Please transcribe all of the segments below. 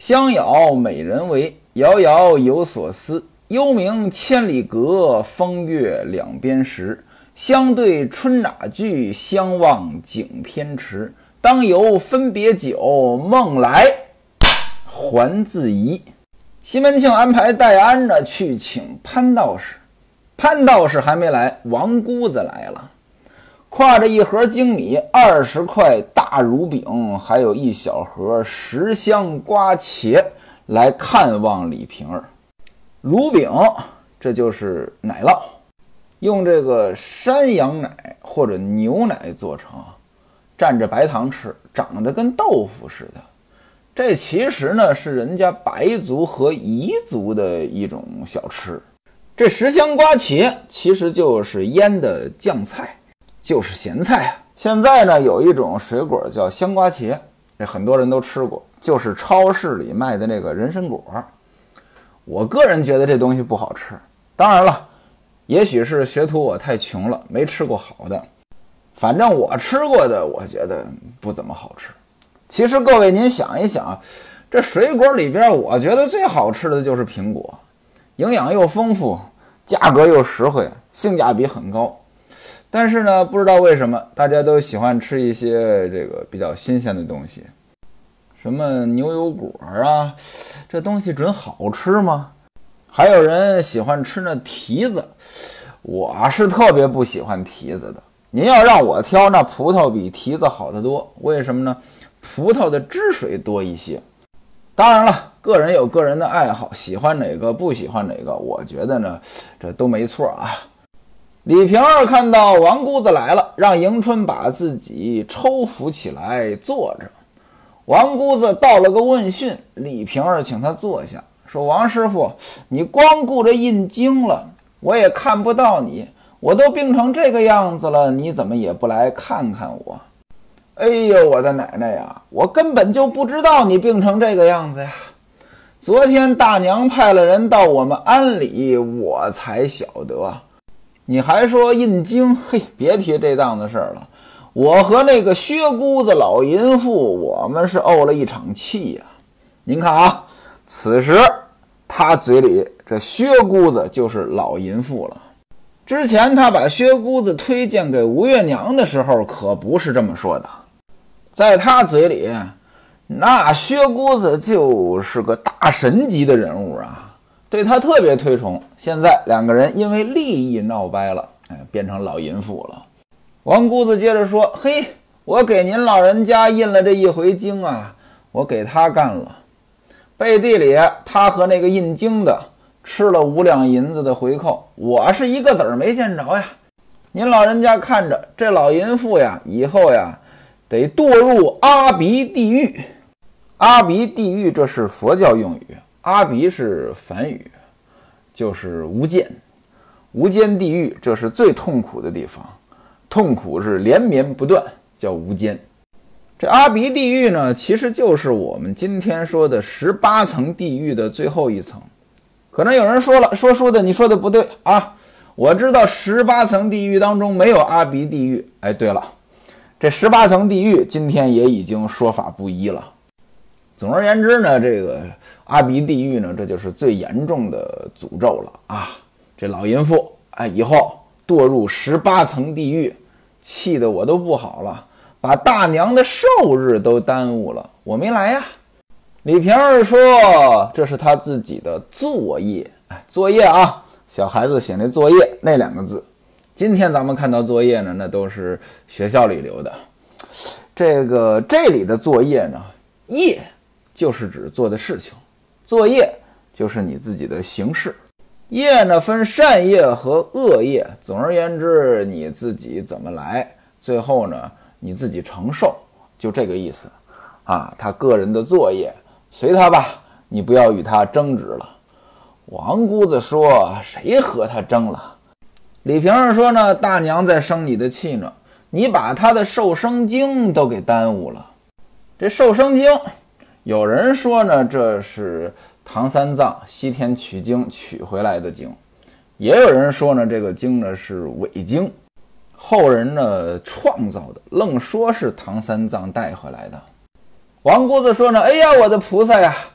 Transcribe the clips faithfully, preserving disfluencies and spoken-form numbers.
相遥美人为，遥遥有所思。幽冥千里隔，风月两边时。相对春哪句，相望景偏迟。当由分别久，梦来还自疑。西门庆安排戴安呢去请潘道士，潘道士还没来，王姑子来了，挎着一盒精米，二十块大乳饼，还有一小盒十香瓜茄来看望李瓶儿。乳饼这就是奶酪，用这个山羊奶或者牛奶做成，蘸着白糖吃，长得跟豆腐似的。这其实呢是人家白族和彝族的一种小吃。这十香瓜茄其实就是腌的酱菜，就是咸菜啊。现在呢有一种水果叫香瓜茄，这很多人都吃过，就是超市里卖的那个人参果。我个人觉得这东西不好吃，当然了，也许是学徒我太穷了，没吃过好的。反正我吃过的，我觉得不怎么好吃。其实各位您想一想，这水果里边我觉得最好吃的就是苹果，营养又丰富，价格又实惠，性价比很高。但是呢，不知道为什么大家都喜欢吃一些这个比较新鲜的东西，什么牛油果啊，这东西准好吃吗？还有人喜欢吃那提子，我是特别不喜欢提子的。您要让我挑，那葡萄比提子好得多。为什么呢？葡萄的汁水多一些。当然了，个人有个人的爱好，喜欢哪个不喜欢哪个，我觉得呢这都没错啊。李瓶儿看到王姑子来了，让迎春把自己抽扶起来坐着。王姑子道了个问讯，李瓶儿请他坐下，说王师傅，你光顾着印经了，我也看不到你，我都病成这个样子了，你怎么也不来看看我？哎呦我的奶奶呀，我根本就不知道你病成这个样子呀，昨天大娘派了人到我们庵里，我才晓得。你还说印经，嘿，别提这档子事儿了。我和那个薛姑子老淫妇，我们是怄了一场气呀。您看啊，此时他嘴里这薛姑子就是老淫妇了。之前他把薛姑子推荐给吴月娘的时候，可不是这么说的。在他嘴里，那薛姑子就是个大神级的人物啊，对他特别推崇。现在两个人因为利益闹掰了，哎，变成老淫妇了。王姑子接着说，嘿，我给您老人家印了这一回经啊，我给他干了，背地里他和那个印经的吃了五两银子的回扣，我是一个子儿没见着呀。您老人家看着这老淫妇呀，以后呀得堕入阿鼻地狱。阿鼻地狱这是佛教用语，阿鼻是梵语，就是无间。无间地狱这是最痛苦的地方，痛苦是连绵不断，叫无间。这阿鼻地狱呢，其实就是我们今天说的十八层地狱的最后一层。可能有人说了，说书的你说的不对啊，我知道十八层地狱当中没有阿鼻地狱。哎，对了，这十八层地狱今天也已经说法不一了。总而言之呢，这个阿鼻地狱呢，这就是最严重的诅咒了啊！这老淫妇哎，以后堕入十八层地狱，气得我都不好了，把大娘的寿日都耽误了，我没来呀。李瓶儿说，这是他自己的作业，哎，作业啊，小孩子写那作业那两个字。今天咱们看到作业呢，那都是学校里留的。这个这里的作业呢，业就是指做的事情，作业就是你自己的行事。业呢分善业和恶业，总而言之你自己怎么来，最后呢你自己承受，就这个意思啊。他个人的作业随他吧，你不要与他争执了。王姑子说，谁和他争了？李瓶儿说呢，大娘在生你的气呢，你把他的瘦生经都给耽误了。这瘦生经有人说呢，这是唐三藏西天取经取回来的经，也有人说呢，这个经呢是伪经，后人呢创造的，愣说是唐三藏带回来的。王姑子说呢，哎呀，我的菩萨呀，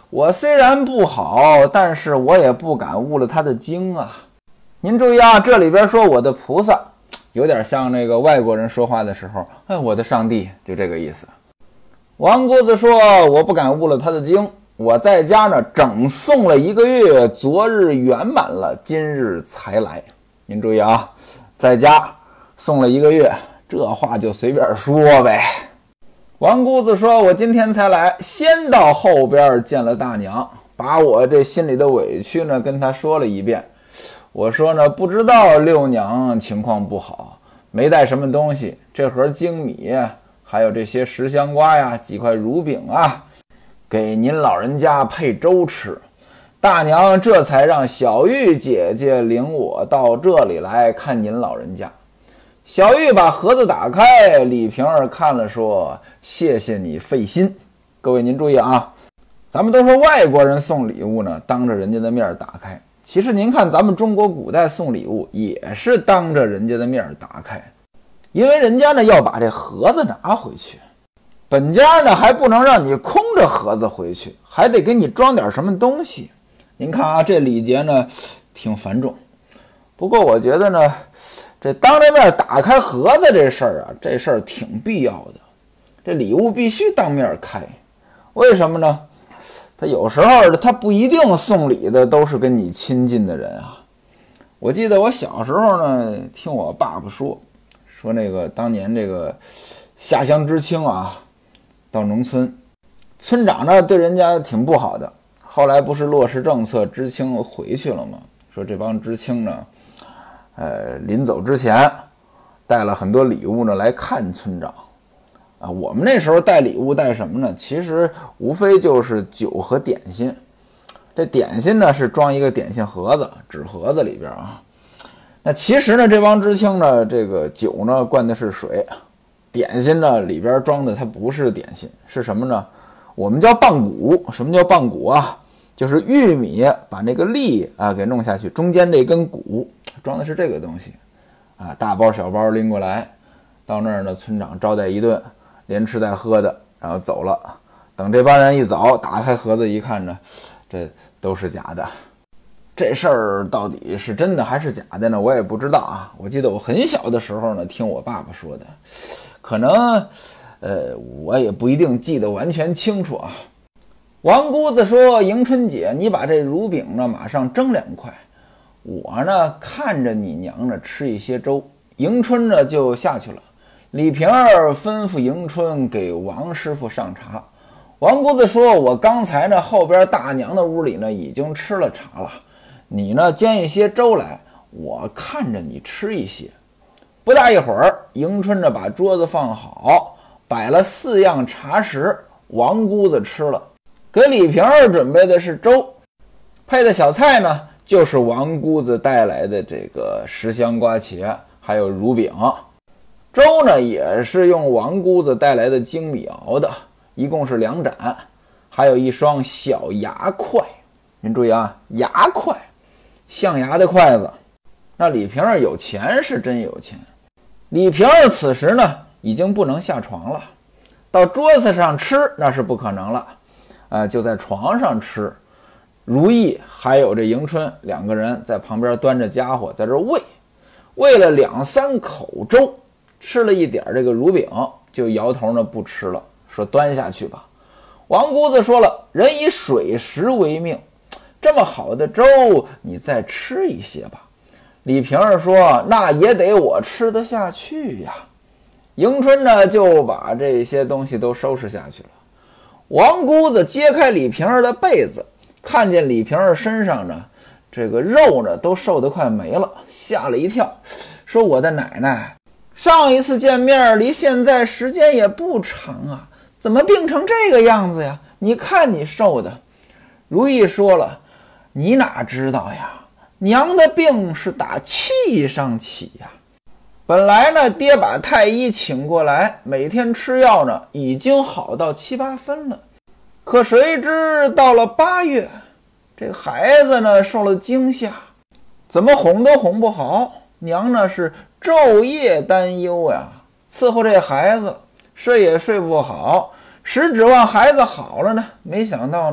我虽然不好，但是我也不敢误了他的经啊。您注意啊，这里边说我的菩萨，有点像那个外国人说话的时候，哎，我的上帝，就这个意思。王姑子说我不敢误了他的经，我在家呢整诵了一个月，昨日圆满了，今日才来。您注意啊，在家诵了一个月，这话就随便说呗。王姑子说我今天才来，先到后边见了大娘，把我这心里的委屈呢跟她说了一遍。我说呢，不知道六娘情况不好，没带什么东西，这盒精米还有这些十香瓜呀，几块乳饼啊，给您老人家配粥吃。大娘这才让小玉姐姐领我到这里来看您老人家。小玉把盒子打开，李瓶儿看了说，谢谢你费心。各位您注意啊，咱们都说外国人送礼物呢，当着人家的面打开，其实您看咱们中国古代送礼物也是当着人家的面打开，因为人家呢要把这盒子拿回去，本家呢还不能让你空着盒子回去，还得给你装点什么东西。您看啊，这礼节呢挺繁重，不过我觉得呢，这当着面打开盒子这事儿啊，这事儿挺必要的。这礼物必须当面开，为什么呢？他有时候他不一定送礼的都是跟你亲近的人啊。我记得我小时候呢，听我爸爸说，说那个当年这个下乡知青啊，到农村，村长呢对人家挺不好的。后来不是落实政策，知青回去了吗？说这帮知青呢，呃，临走之前带了很多礼物呢来看村长啊。我们那时候带礼物带什么呢？其实无非就是酒和点心。这点心呢是装一个点心盒子，纸盒子里边啊。那其实呢，这帮知青呢，这个酒呢灌的是水，点心呢里边装的它不是点心，是什么呢？我们叫棒骨。什么叫棒骨啊？就是玉米把那个粒啊给弄下去，中间这根骨装的是这个东西啊，大包小包拎过来，到那儿呢，村长招待一顿，连吃带喝的，然后走了。等这帮人一走，打开盒子一看呢，这都是假的。这事儿到底是真的还是假的呢？我也不知道啊。我记得我很小的时候呢，听我爸爸说的，可能呃我也不一定记得完全清楚啊。王姑子说，迎春姐，你把这乳饼呢马上蒸两块，我呢看着你娘呢吃一些粥。迎春呢就下去了，李瓶儿吩咐迎春给王师傅上茶。王姑子说，我刚才呢后边大娘的屋里呢已经吃了茶了，你呢煎一些粥来，我看着你吃一些。不大一会儿，迎春呢把桌子放好，摆了四样茶食，王姑子吃了。给李瓶儿准备的是粥，配的小菜呢就是王姑子带来的这个十香瓜茄还有乳饼。粥呢也是用王姑子带来的精米熬的，一共是两盏，还有一双小牙筷。您注意啊，牙筷，象牙的筷子。那李瓶儿有钱是真有钱。李瓶儿此时呢已经不能下床了，到桌子上吃那是不可能了，呃，就在床上吃。如意还有这迎春两个人在旁边端着家伙在这喂，喂了两三口粥，吃了一点这个乳饼，就摇头呢不吃了，说端下去吧。王姑子说了，人以水食为命，这么好的粥你再吃一些吧。李瓶儿说，那也得我吃得下去呀。迎春呢就把这些东西都收拾下去了。王姑子揭开李瓶儿的被子，看见李瓶儿身上呢这个肉呢都瘦得快没了，吓了一跳，说我的奶奶，上一次见面离现在时间也不长啊，怎么病成这个样子呀？你看你瘦的。如意说了，你哪知道呀，娘的病是打气上起呀。本来呢爹把太医请过来，每天吃药呢已经好到七八分了，可谁知到了八月，这个孩子呢受了惊吓，怎么哄都哄不好，娘呢是昼夜担忧呀，伺候这孩子睡也睡不好，实指望孩子好了呢，没想到呢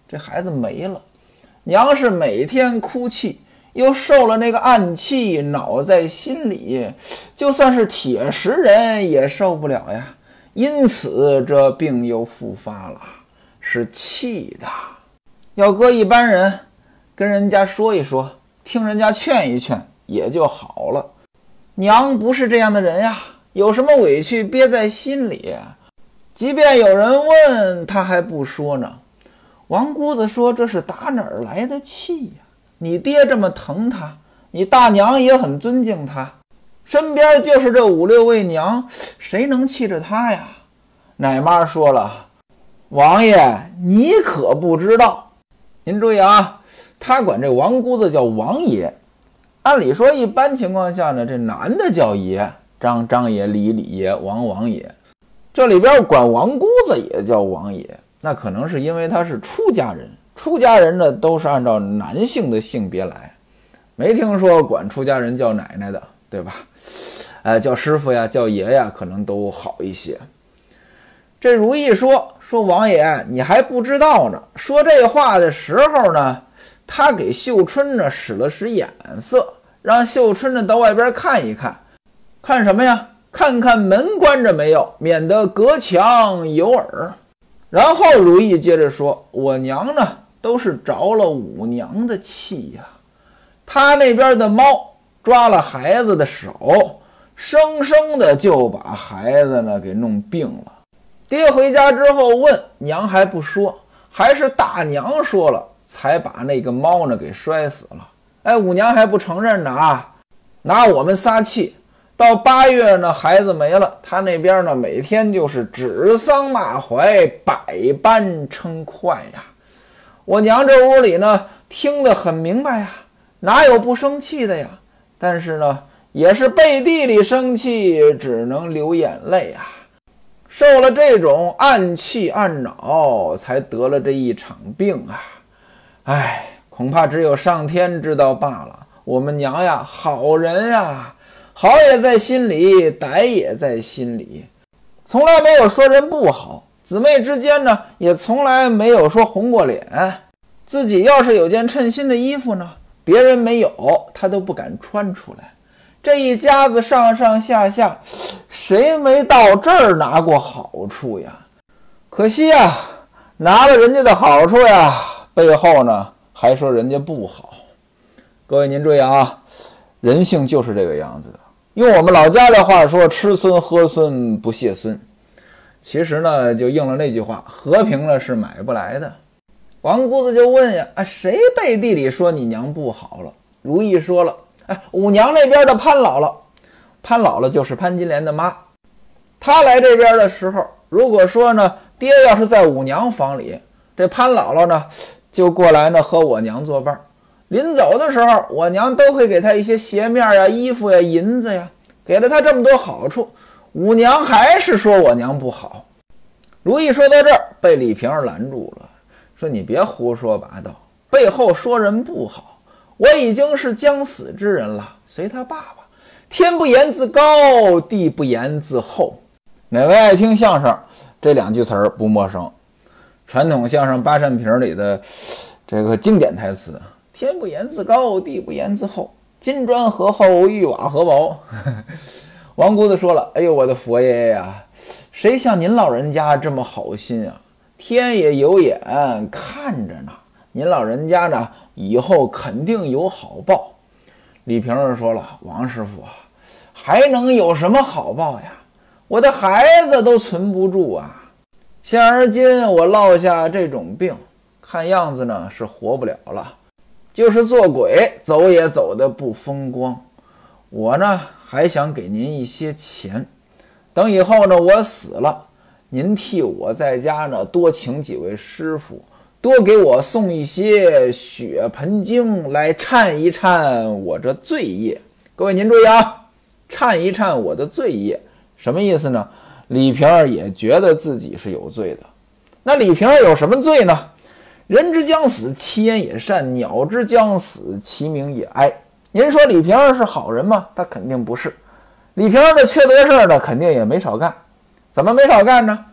这孩子没了。娘是每天哭泣，又受了那个暗气，恼在心里，就算是铁石人也受不了呀。因此这病又复发了，是气的。要搁一般人，跟人家说一说，听人家劝一劝，也就好了。娘不是这样的人呀，有什么委屈憋在心里，即便有人问，他还不说呢。王姑子说，这是打哪儿来的气呀？你爹这么疼他，你大娘也很尊敬他，身边就是这五六位娘，谁能气着他呀？奶妈说了，王爷你可不知道。您注意啊，他管这王姑子叫王爷。按理说一般情况下呢，这男的叫爷，张张爷、李李爷、王王爷，这里边管王姑子也叫王爷，那可能是因为他是出家人，出家人呢都是按照男性的性别来，没听说管出家人叫奶奶的，对吧？呃，叫师傅呀，叫爷呀，可能都好一些。这如意说说王爷你还不知道呢，说这话的时候呢，他给秀春呢使了使眼色，让秀春呢到外边看一看。看什么呀？看看门关着没有，免得隔墙有耳。然后如意接着说，我娘呢都是着了五娘的气呀。他那边的猫抓了孩子的手，生生的就把孩子呢给弄病了。爹回家之后问娘还不说，还是大娘说了，才把那个猫呢给摔死了。哎，五娘还不承认呢啊，拿我们撒气。到八月呢，孩子没了，他那边呢每天就是指桑骂槐，百般称快呀。我娘这屋里呢听得很明白呀，哪有不生气的呀？但是呢也是背地里生气，只能流眼泪啊。受了这种暗气暗恼，才得了这一场病啊。哎，恐怕只有上天知道罢了。我们娘呀，好人呀，好也在心里，歹也在心里，从来没有说人不好。姊妹之间呢，也从来没有说红过脸。自己要是有件称心的衣服呢，别人没有，她都不敢穿出来。这一家子上上下下，谁没到这儿拿过好处呀？可惜呀，拿了人家的好处呀，背后呢还说人家不好。各位您注意啊，人性就是这个样子的。用我们老家的话说，吃孙喝孙不谢孙。其实呢就应了那句话，和平了是买不来的。王姑子就问呀，啊，谁背地里说你娘不好了？如意说了，哎，五娘那边的潘姥姥，潘姥姥就是潘金莲的妈。她来这边的时候，如果说呢爹要是在五娘房里，这潘姥姥呢就过来呢和我娘作伴。临走的时候，我娘都会给她一些鞋面呀、衣服呀、银子呀，给了她这么多好处，五娘还是说我娘不好。如意说到这儿，被李瓶儿拦住了，说你别胡说八道，背后说人不好，我已经是将死之人了，随他爸爸，天不言自高，地不言自厚。哪位爱听相声，这两句词儿不陌生，传统相声八扇屏里的这个经典台词，天不言自高，地不言自厚，金砖何厚，玉瓦何薄。王姑子说了，哎呦我的佛爷呀，谁像您老人家这么好心啊，天也有眼看着呢，您老人家呢以后肯定有好报。李瓶儿说了，王师傅啊，还能有什么好报呀？我的孩子都存不住啊，现而今我落下这种病，看样子呢是活不了了，就是做鬼走也走得不风光。我呢还想给您一些钱，等以后呢我死了，您替我在家呢多请几位师傅，多给我送一些血盆经来忏一忏我这罪业。各位您注意啊，忏一忏我的罪业什么意思呢？李瓶儿也觉得自己是有罪的。那李瓶儿有什么罪呢？人之将死，其言也善；鸟之将死，其鸣也哀。您说李瓶儿是好人吗？他肯定不是。李瓶儿的缺德事儿呢，肯定也没少干。怎么没少干呢？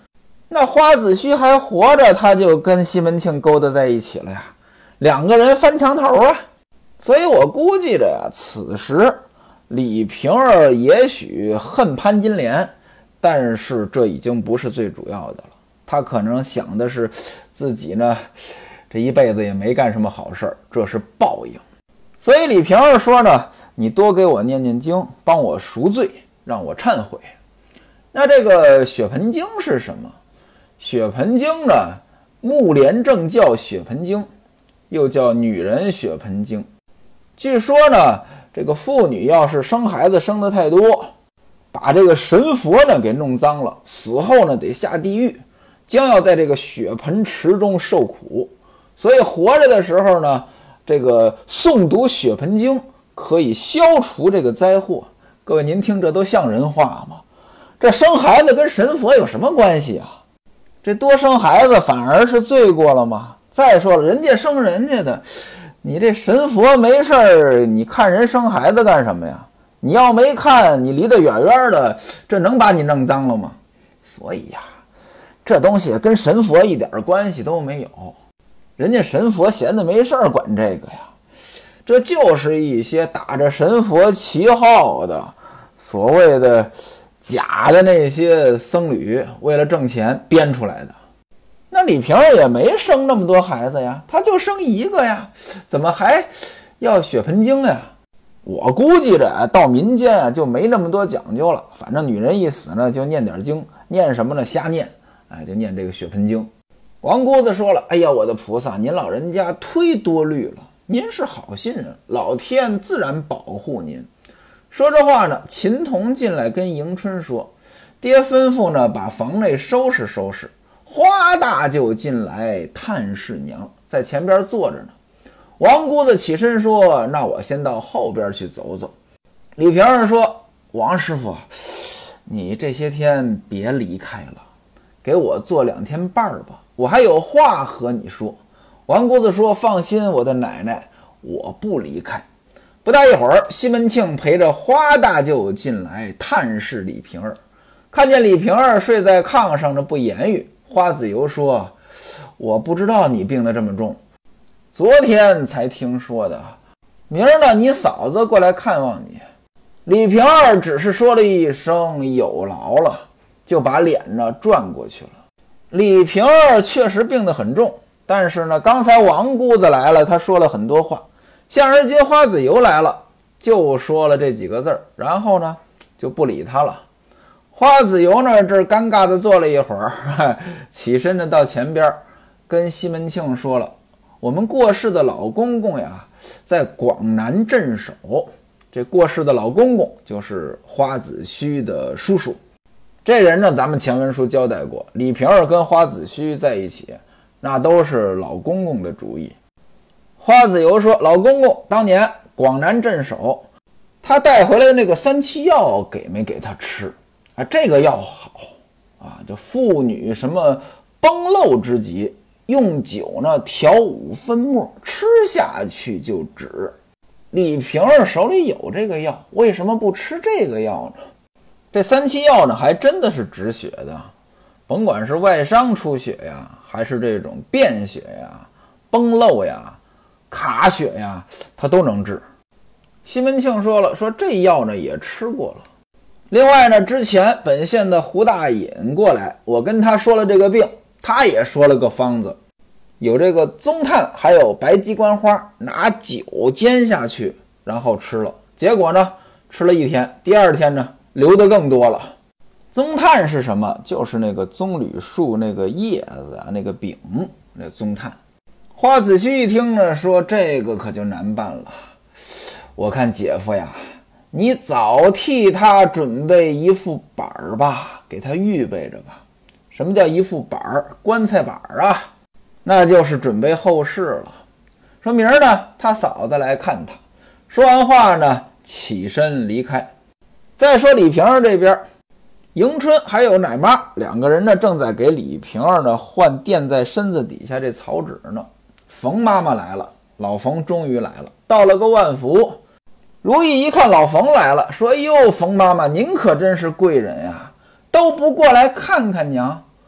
那花子虚还活着，他就跟西门庆勾搭在一起了呀，两个人翻墙头啊。所以我估计着呀，此时李瓶儿也许恨潘金莲，但是这已经不是最主要的了。他可能想的是自己呢，这一辈子也没干什么好事，这是报应。所以李瓶儿说呢，你多给我念念经，帮我赎罪，让我忏悔。那这个血盆经是什么？血盆经呢，木莲正教血盆经，又叫女人血盆经。据说呢，这个妇女要是生孩子生得太多，把这个神佛呢给弄脏了，死后呢得下地狱，将要在这个血盆池中受苦。所以活着的时候呢，这个诵读血盆经可以消除这个灾祸。各位您听，这都像人话吗？这生孩子跟神佛有什么关系啊？这多生孩子反而是罪过了吗？再说了，人家生人家的，你这神佛没事儿，你看人生孩子干什么呀？你要没看，你离得远远的，这能把你弄脏了吗？所以呀，这东西跟神佛一点关系都没有。人家神佛闲的没事儿管这个呀，这就是一些打着神佛旗号的所谓的假的那些僧侣，为了挣钱编出来的。那李瓶儿也没生那么多孩子呀，他就生一个呀，怎么还要血盆经呀？我估计着到民间啊就没那么多讲究了，反正女人一死呢就念点经，念什么呢？瞎念，哎，就念这个血盆经。王姑子说了，哎呀，我的菩萨，您老人家忒多虑了，您是好心人，老天自然保护您。说这话呢，秦童进来跟迎春说，爹吩咐呢把房内收拾收拾。花大就进来探视娘，在前边坐着呢。王姑子起身说，那我先到后边去走走。李瓶儿说，王师傅，你这些天别离开了，给我做两天伴儿吧，我还有话和你说。王姑子说，放心，我的奶奶，我不离开。不大一会儿，西门庆陪着花大舅进来探视李瓶儿，看见李瓶儿睡在炕上的不言语。花子由说，我不知道你病得这么重，昨天才听说的，明儿呢你嫂子过来看望你。李瓶儿只是说了一声有劳了，就把脸呢转过去了。李瓶儿确实病得很重，但是呢刚才王姑子来了，他说了很多话，现而今花子由来了，就说了这几个字儿，然后呢就不理他了。花子由呢这尴尬的坐了一会儿，起身呢到前边跟西门庆说了，我们过世的老公公呀在广南镇守。这过世的老公公就是花子虚的叔叔。这人呢咱们前文书交代过，李瓶儿跟花子虚在一起，那都是老公公的主意。花子由说，老公公当年广南镇守，他带回来的那个三七药给没给他吃啊？这个药好啊，这妇女什么崩漏之疾，用酒呢调五分末，吃下去就止。李瓶儿手里有这个药，为什么不吃这个药呢？这三七药呢还真的是止血的，甭管是外伤出血呀，还是这种便血呀、崩漏呀、卡血呀，它都能治。西门庆说了，说这药呢也吃过了。另外呢，之前本县的胡大隐过来，我跟他说了这个病，他也说了个方子，有这个棕炭还有白鸡冠花，拿酒煎下去然后吃了，结果呢吃了一天，第二天呢流得更多了。棕炭是什么？就是那个棕榈树那个叶子啊，那个柄，那棕炭。花子虚一听呢，说这个可就难办了，我看姐夫呀，你早替他准备一副板儿吧，给他预备着吧。什么叫一副板儿？棺材板儿啊，那就是准备后事了。说明儿呢他嫂子来看他，说完话呢起身离开。再说李瓶儿这边，迎春还有奶妈两个人呢正在给李瓶儿呢换垫在身子底下这草纸呢。冯妈妈来了，老冯终于来了，到了个万福。如意一看老冯来了，说，哟，冯妈妈您可真是贵人呀，都不过来看看娘。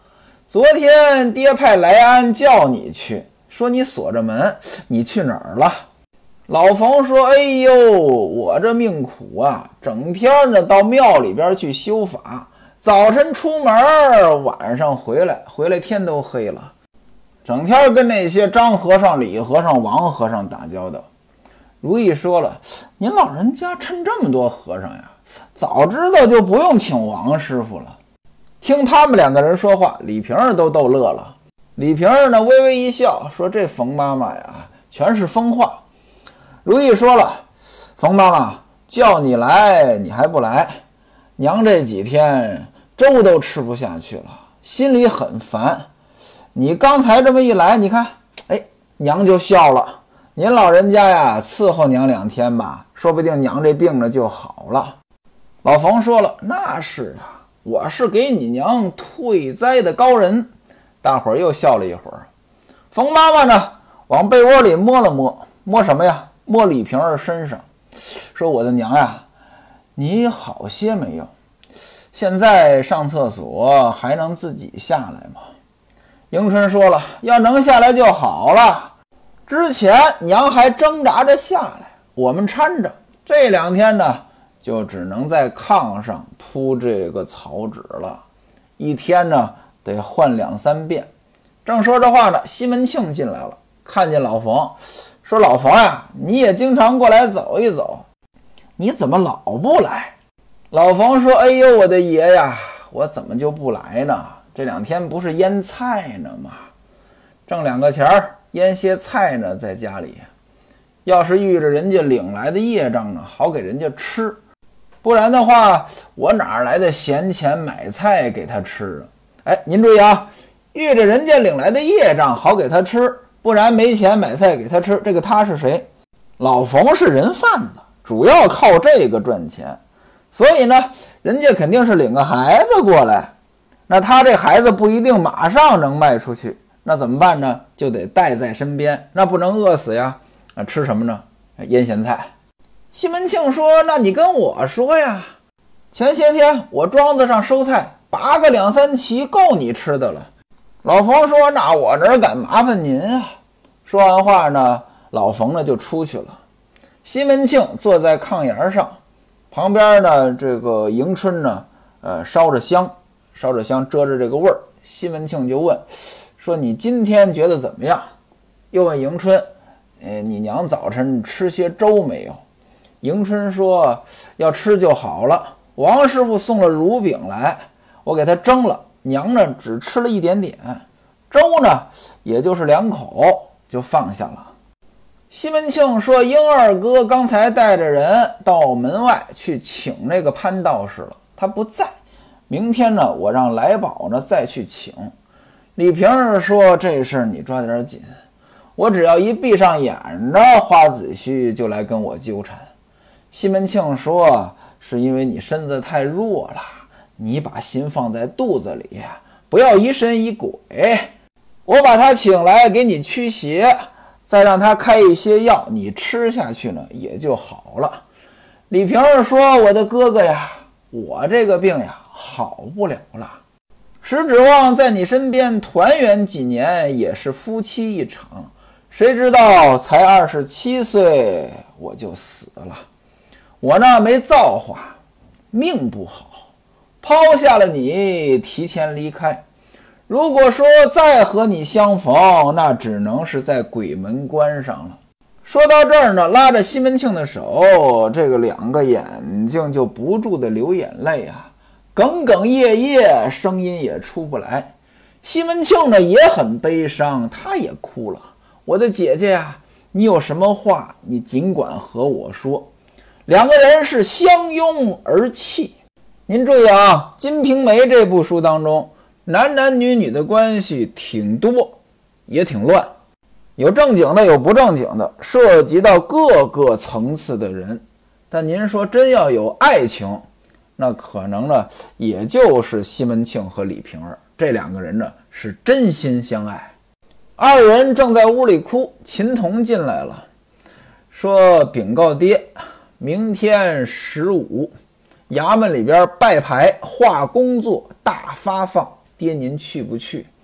昨天爹派来安叫你去，说你锁着门，你去哪儿了？老冯说，哎呦，我这命苦啊，整天呢到庙里边去修法，早晨出门，晚上回来，回来天都黑了，整天跟那些张和尚、李和尚、王和尚打交道。如意说了，您老人家趁这么多和尚呀，早知道就不用请王师傅了。听他们两个人说话，李瓶儿都逗乐了。李瓶儿呢微微一笑，说这冯妈妈呀全是疯话。如意说了，冯妈妈叫你来你还不来，娘这几天粥都吃不下去了，心里很烦。你刚才这么一来，你看，哎，娘就笑了。您老人家呀伺候娘两天吧，说不定娘这病呢就好了。老冯说了，那是啊，我是给你娘退灾的高人。大伙儿又笑了一会儿。冯妈妈呢往被窝里摸了摸，摸什么呀？摸李瓶儿身上，说我的娘呀，你好些没有？现在上厕所还能自己下来吗？迎春说了，要能下来就好了。之前娘还挣扎着下来，我们搀着，这两天呢就只能在炕上铺这个草纸了，一天呢得换两三遍。正说着话呢，西门庆进来了，看见老冯，说老冯呀，你也经常过来走一走，你怎么老不来？老冯说，哎呦我的爷呀，我怎么就不来呢？这两天不是腌菜呢吗？挣两个钱儿，腌些菜呢在家里，要是遇着人家领来的业障呢，好给人家吃，不然的话我哪来的闲钱买菜给他吃啊？哎，您注意啊，遇着人家领来的业障好给他吃，不然没钱买菜给他吃。这个他是谁？老冯是人贩子，主要靠这个赚钱，所以呢人家肯定是领个孩子过来，那他这孩子不一定马上能卖出去，那怎么办呢？就得带在身边，那不能饿死呀。那吃什么呢？腌咸菜。西门庆说，那你跟我说呀，前些天我庄子上收菜，拔个两三齐够你吃的了。老冯说，那我哪敢麻烦您啊。说完话呢，老冯呢就出去了。西门庆坐在炕沿上，旁边呢这个迎春呢呃烧着香，烧着香遮着这个味儿。西门庆就问说，你今天觉得怎么样？又问迎春，哎，你娘早晨吃些粥没有？迎春说，要吃就好了，王师傅送了乳饼来，我给他蒸了，娘呢只吃了一点点，粥呢也就是两口就放下了。西门庆说，英二哥刚才带着人到门外去请那个潘道士了，他不在，明天呢我让来宝呢再去请。李瓶儿说，这事你抓点紧，我只要一闭上眼呢，花子虚就来跟我纠缠。西门庆说，是因为你身子太弱了，你把心放在肚子里，不要疑神疑鬼，我把他请来给你驱邪，再让他开一些药，你吃下去呢也就好了。李瓶儿说，我的哥哥呀，我这个病呀好不了了，实指望在你身边团圆几年，也是夫妻一场，谁知道才二十七岁我就死了。我呢没造化，命不好，抛下了你，提前离开。如果说再和你相逢，那只能是在鬼门关上了。说到这儿呢，拉着西门庆的手，这个两个眼睛就不住的流眼泪啊，哽哽咽咽，声音也出不来。西门庆呢也很悲伤，他也哭了。我的姐姐呀，你有什么话你尽管和我说。两个人是相拥而泣。您注意啊，《金瓶梅》这部书当中，男男女女的关系挺多，也挺乱，有正经的，有不正经的，涉及到各个层次的人。但您说真要有爱情，那可能呢，也就是西门庆和李瓶儿这两个人呢是真心相爱。二人正在屋里哭，秦童进来了，说禀告爹，明天十五，衙门里边拜牌画工作大发放，爹您去不去？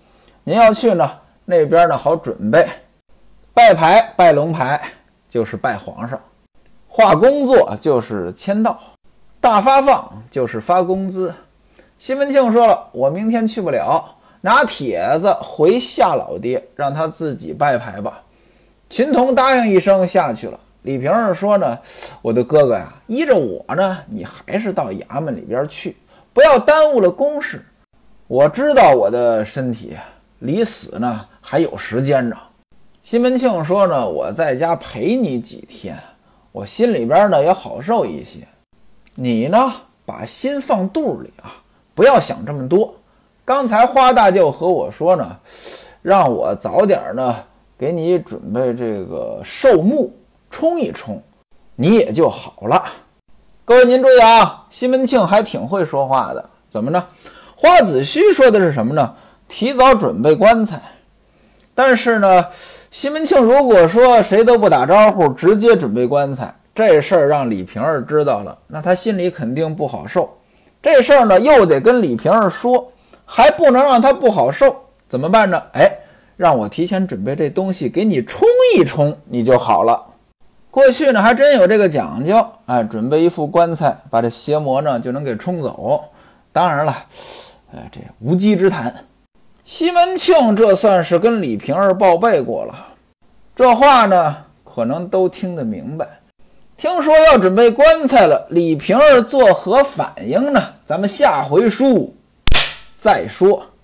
您要去呢，那边呢好准备。拜牌拜龙牌就是拜皇上，画工作就是签到，大发放就是发工资。西门庆说了，我明天去不了，拿帖子回夏老爹，让他自己拜牌吧。秦童答应一声下去了。李瓶儿说呢，我的哥哥呀，依着我呢，你还是到衙门里边去，不要耽误了公事。我知道我的身体离死呢还有时间呢。西门庆说呢，我在家陪你几天，我心里边呢也好受一些。你呢把心放肚里啊，不要想这么多。刚才花大舅和我说呢，让我早点呢给你准备这个寿木冲一冲，你也就好了。各位您注意啊，西门庆还挺会说话的。怎么呢？花子虚说的是什么呢？提早准备棺材。但是呢，西门庆如果说谁都不打招呼，直接准备棺材，这事儿让李瓶儿知道了，那他心里肯定不好受。这事儿呢又得跟李瓶儿说，还不能让他不好受，怎么办呢？哎，让我提前准备这东西给你冲一冲，你就好了。过去呢还真有这个讲究，哎，准备一副棺材，把这邪魔呢就能给冲走。当然了，哎，这无稽之谈。西门庆这算是跟李瓶儿报备过了，这话呢可能都听得明白。听说要准备棺材了，李瓶儿作何反应呢？咱们下回书再说。